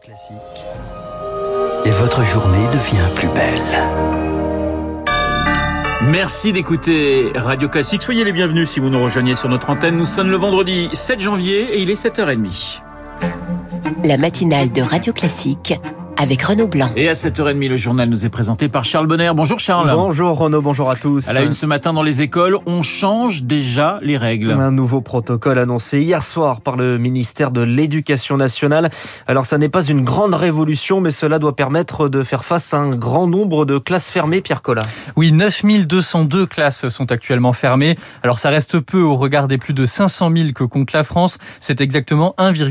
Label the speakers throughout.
Speaker 1: Classique. Et votre journée devient plus belle.
Speaker 2: Merci d'écouter Radio Classique. Soyez les bienvenus si vous nous rejoignez sur notre antenne. Nous sommes le vendredi 7 janvier et il est 7h30.
Speaker 3: La matinale de Radio Classique avec Renaud Blanc.
Speaker 2: Et à 7h30, le journal nous est présenté par Charles Bonner. Bonjour Charles.
Speaker 4: Bonjour Renaud, bonjour à tous.
Speaker 2: À la une ce matin dans les écoles, on change déjà les règles.
Speaker 4: Un nouveau protocole annoncé hier soir par le ministère de l'Éducation nationale. Alors ça n'est pas une grande révolution, mais cela doit permettre de faire face à un grand nombre de classes fermées, Pierre Collat.
Speaker 5: Oui, 9202 classes sont actuellement fermées. Alors ça reste peu au regard des plus de 500 000 que compte la France. C'est exactement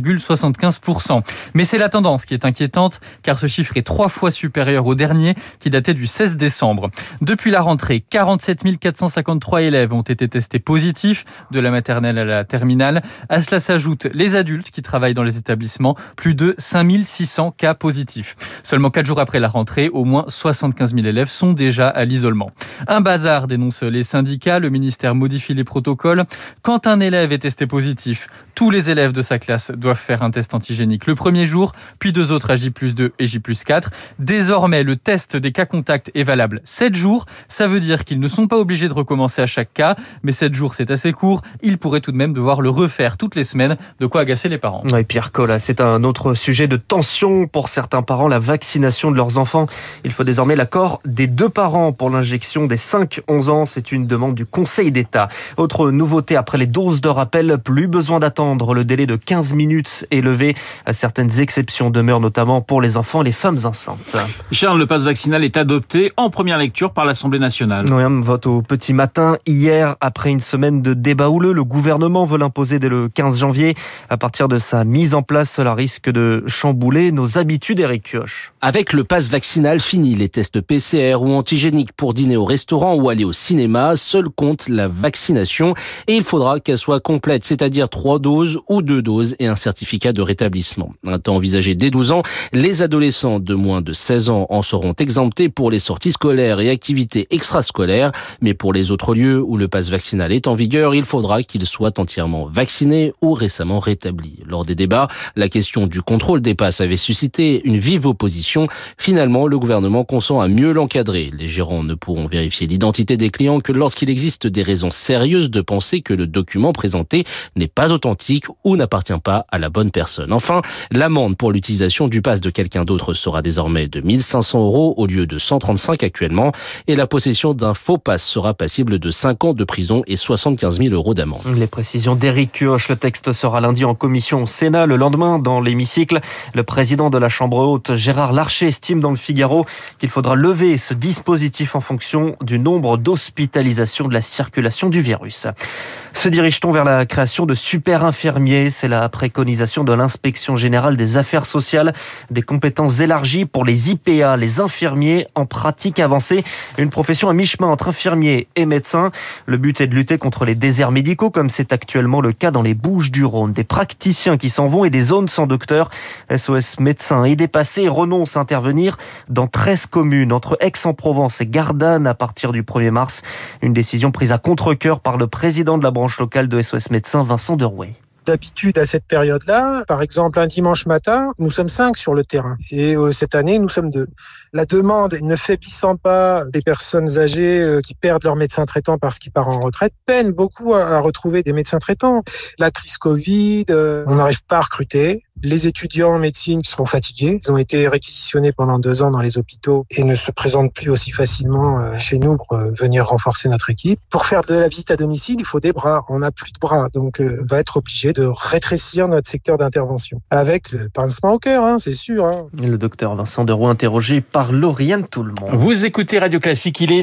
Speaker 5: 1,75%. Mais c'est la tendance qui est inquiétante, car ce chiffre est 3 fois supérieur au dernier qui datait du 16 décembre. Depuis la rentrée, 47 453 élèves ont été testés positifs, de la maternelle à la terminale. À cela s'ajoutent les adultes qui travaillent dans les établissements, plus de 5600 cas positifs. Seulement 4 jours après la rentrée, au moins 75 000 élèves sont déjà à l'isolement. Un bazar, dénoncent les syndicats. Le ministère modifie les protocoles. Quand un élève est testé positif, tous les élèves de sa classe doivent faire un test antigénique le premier jour, puis 2 autres à J+2 et J+4. Désormais, le test des cas contacts est valable 7 jours. Ça veut dire qu'ils ne sont pas obligés de recommencer à chaque cas, mais 7 jours c'est assez court. Ils pourraient tout de même devoir le refaire toutes les semaines, de quoi agacer les parents.
Speaker 4: Oui, Pierre Collat, c'est un autre sujet de tension pour certains parents, la vaccination de leurs enfants. Il faut désormais l'accord des 2 parents pour l'injection des 5-11 ans. C'est une demande du Conseil d'État. Autre nouveauté, après les doses de rappel, plus besoin d'attendre. Le délai de 15 minutes est levé. Certaines exceptions demeurent, notamment pour les enfants et les femmes enceintes.
Speaker 2: Charles, le pass vaccinal est adopté en première lecture par l'Assemblée nationale.
Speaker 4: Oui, un vote au petit matin. Hier, après une semaine de débats houleux, le gouvernement veut l'imposer dès le 15 janvier. À partir de sa mise en place, cela risque de chambouler nos habitudes, Éric Kioch.
Speaker 6: Avec le pass vaccinal, fini les tests PCR ou antigéniques pour dîner au restaurant ou aller au cinéma. Seul compte la vaccination et il faudra qu'elle soit complète, c'est-à-dire 3 doses ou 2 doses et un certificat de rétablissement. Un temps envisagé dès 12 ans. Les adolescents de moins de 16 ans en seront exemptés pour les sorties scolaires et activités extrascolaires. Mais pour les autres lieux où le pass vaccinal est en vigueur, il faudra qu'ils soient entièrement vaccinés ou récemment rétablis. Lors des débats, la question du contrôle des passes avait suscité une vive opposition. Finalement, le gouvernement consent à mieux l'encadrer. Les gérants ne pourront vérifier l'identité des clients que lorsqu'il existe des raisons sérieuses de penser que le document présenté n'est pas authentique ou n'appartient pas à la bonne personne. Enfin, l'amende pour l'utilisation du pass de quelqu'un d'autre sera désormais de 1 500 € au lieu de 135 actuellement et la possession d'un faux pass sera passible de 5 ans de prison et 75 000 € d'amende.
Speaker 4: Les précisions d'Éric Kioch. Le texte sera lundi en commission au Sénat. Le lendemain, dans l'hémicycle, le président de la Chambre haute, Gérard Larcher, estime dans le Figaro qu'il faudra lever ce dispositif en fonction du nombre d'hospitalisations de la circulation du virus. Se dirige-t-on vers la création de super infirmiers? C'est la préconisation de l'Inspection générale des affaires sociales. Des compétences élargies pour les IPA, les infirmiers en pratique avancée. Une profession à mi-chemin entre infirmiers et médecins. Le but est de lutter contre les déserts médicaux, comme c'est actuellement le cas dans les Bouches-du-Rhône. Des praticiens qui s'en vont et des zones sans docteur. SOS Médecins est dépassé et renonce à intervenir dans 13 communes, entre Aix-en-Provence et Gardanne à partir du 1er mars. Une décision prise à contre-cœur par le président de la branche locale de SOS Médecins, Vincent Derouet.
Speaker 7: D'habitude, à cette période-là, par exemple, un dimanche matin, nous sommes 5 sur le terrain. Et cette année, nous sommes 2. La demande, ne faiblissant pas les personnes âgées qui perdent leur médecin traitant parce qu'ils partent en retraite, peine beaucoup à retrouver des médecins traitants. La crise Covid, on n'arrive pas à recruter. Les étudiants en médecine sont fatigués. Ils ont été réquisitionnés pendant 2 ans dans les hôpitaux et ne se présentent plus aussi facilement chez nous pour venir renforcer notre équipe. Pour faire de la visite à domicile, il faut des bras. On n'a plus de bras. Donc, on va être obligé de rétrécir notre secteur d'intervention. Avec le pincement au cœur, c'est sûr.
Speaker 4: Le docteur Vincent Derouet interrogé par Lauriane Tout le monde.
Speaker 2: Vous écoutez Radio Classique, il est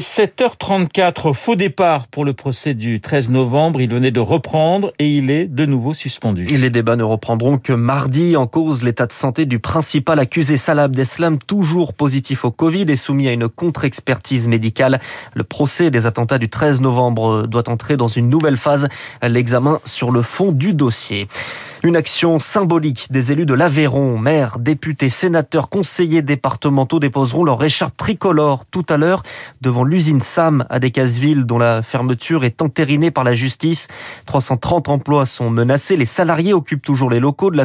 Speaker 2: 7h34. Faux départ pour le procès du 13 novembre. Il venait de reprendre et il est de nouveau suspendu.
Speaker 4: Les débats ne reprendront que mardi. En cause, l'état de santé du principal accusé Salah Abdeslam, toujours positif au Covid et soumis à une contre-expertise médicale. Le procès des attentats du 13 novembre doit entrer dans une nouvelle phase, l'examen sur le fond du dossier. Une action symbolique des élus de l'Aveyron. Maires, députés, sénateurs, conseillers départementaux déposeront leur écharpe tricolore tout à l'heure devant l'usine SAM à Decazeville, dont la fermeture est entérinée par la justice. 330 emplois sont menacés. Les salariés occupent toujours les locaux de la société de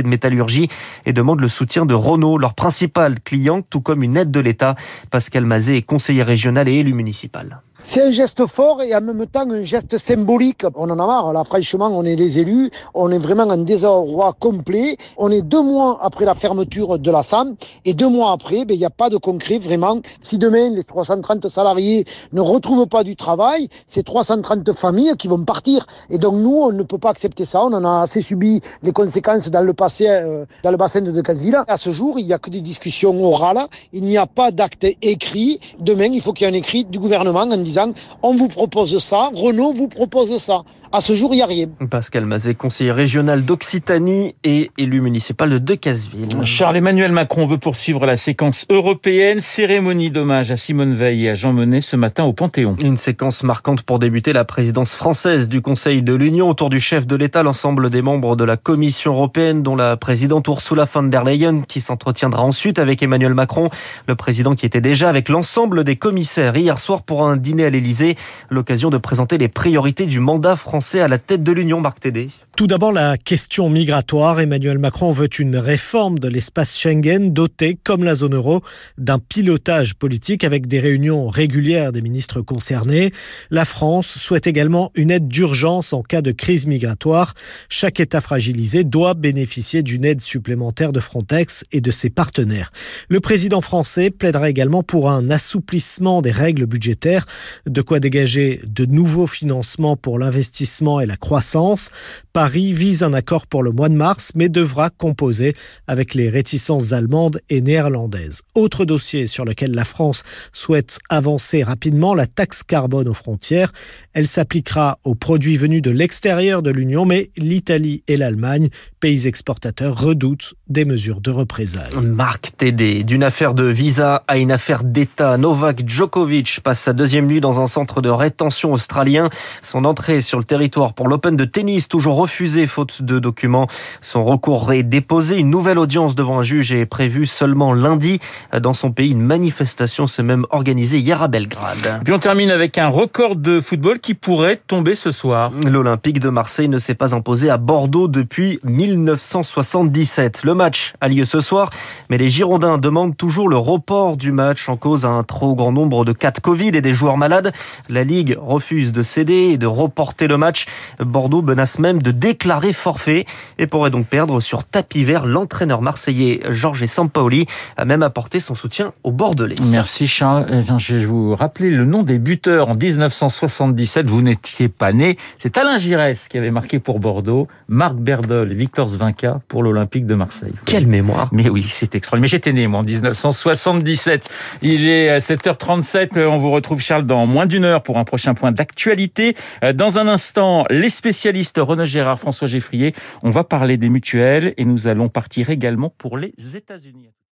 Speaker 4: métallurgie et demandent le soutien de Renault, leur principal client, tout comme une aide de l'État. Pascal Mazet est conseiller régional et élu municipal.
Speaker 8: C'est un geste fort et en même temps un geste symbolique. On en a marre, là franchement on est les élus, on est vraiment en désarroi complet. On est 2 mois après la fermeture de la SAM et 2 mois après, il n'y a pas de concret vraiment. Si demain les 330 salariés ne retrouvent pas du travail, c'est 330 familles qui vont partir. Et donc nous, on ne peut pas accepter ça, on en a assez subi les conséquences dans le passé, dans le bassin de Decazeville. À ce jour, il n'y a que des discussions orales, il n'y a pas d'acte écrit. Demain, il faut qu'il y ait un écrit du gouvernement en disant on vous propose ça, Renault vous propose ça. À ce jour, il n'y a rien.
Speaker 4: Pascal Mazet, conseiller régional d'Occitanie et élu municipal de Decazeville.
Speaker 2: Charles-Emmanuel Macron veut poursuivre la séquence européenne. Cérémonie d'hommage à Simone Veil et à Jean Monnet ce matin au Panthéon.
Speaker 4: Une séquence marquante pour débuter la présidence française du Conseil de l'Union. Autour du chef de l'État, l'ensemble des membres de la Commission européenne, dont la présidente Ursula von der Leyen, qui s'entretiendra ensuite avec Emmanuel Macron. Le président qui était déjà avec l'ensemble des commissaires hier soir pour un dîner à l'Élysée. L'occasion de présenter les priorités du mandat français à la tête de l'Union. Marc Tédé.
Speaker 9: Tout d'abord, la question migratoire. Emmanuel Macron veut une réforme de l'espace Schengen doté, comme la zone euro, d'un pilotage politique avec des réunions régulières des ministres concernés. La France souhaite également une aide d'urgence en cas de crise migratoire. Chaque État fragilisé doit bénéficier d'une aide supplémentaire de Frontex et de ses partenaires. Le président français plaidera également pour un assouplissement des règles budgétaires, de quoi dégager de nouveaux financements pour l'investissement et la croissance. Paris vise un accord pour le mois de mars, mais devra composer avec les réticences allemandes et néerlandaises. Autre dossier sur lequel la France souhaite avancer rapidement, la taxe carbone aux frontières. Elle s'appliquera aux produits venus de l'extérieur de l'Union, mais l'Italie et l'Allemagne, pays exportateurs, redoutent des mesures de représailles.
Speaker 4: Marc Tédé, d'une affaire de visa à une affaire d'État, Novak Djokovic passe sa 2e nuit dans un centre de rétention australien. Son entrée sur le territoire pour l'Open de tennis, toujours refusée faute de documents. Son recours est déposé. Une nouvelle audience devant un juge est prévue seulement lundi. Dans son pays, une manifestation s'est même organisée hier à Belgrade.
Speaker 2: Puis on termine avec un record de football qui pourrait tomber ce soir.
Speaker 4: L'Olympique de Marseille ne s'est pas imposé à Bordeaux depuis 1977. Le match a lieu ce soir, mais les Girondins demandent toujours le report du match en cause un trop grand nombre de cas de Covid et des joueurs malades. La Ligue refuse de céder et de reporter le match. Bordeaux menace même de déclarer forfait et pourrait donc perdre sur tapis vert. L'entraîneur marseillais Jorge Sampaoli a même apporté son soutien aux Bordelais.
Speaker 2: Merci Charles. Je vais vous rappeler le nom des buteurs en 1977. Vous n'étiez pas né. C'est Alain Giresse qui avait marqué pour Bordeaux, Marc Berdol et Victor Svinka pour l'Olympique de Marseille.
Speaker 4: Quelle mémoire.
Speaker 2: Mais oui, c'est extraordinaire. Mais j'étais né, moi, en 1977. Il est 7h37. On vous retrouve, Charles, dans moins d'une heure pour un prochain point d'actualité. Dans un instant, les spécialistes Renaud Gérard, François Geffrier. On va parler des mutuelles et nous allons partir également pour les États-Unis.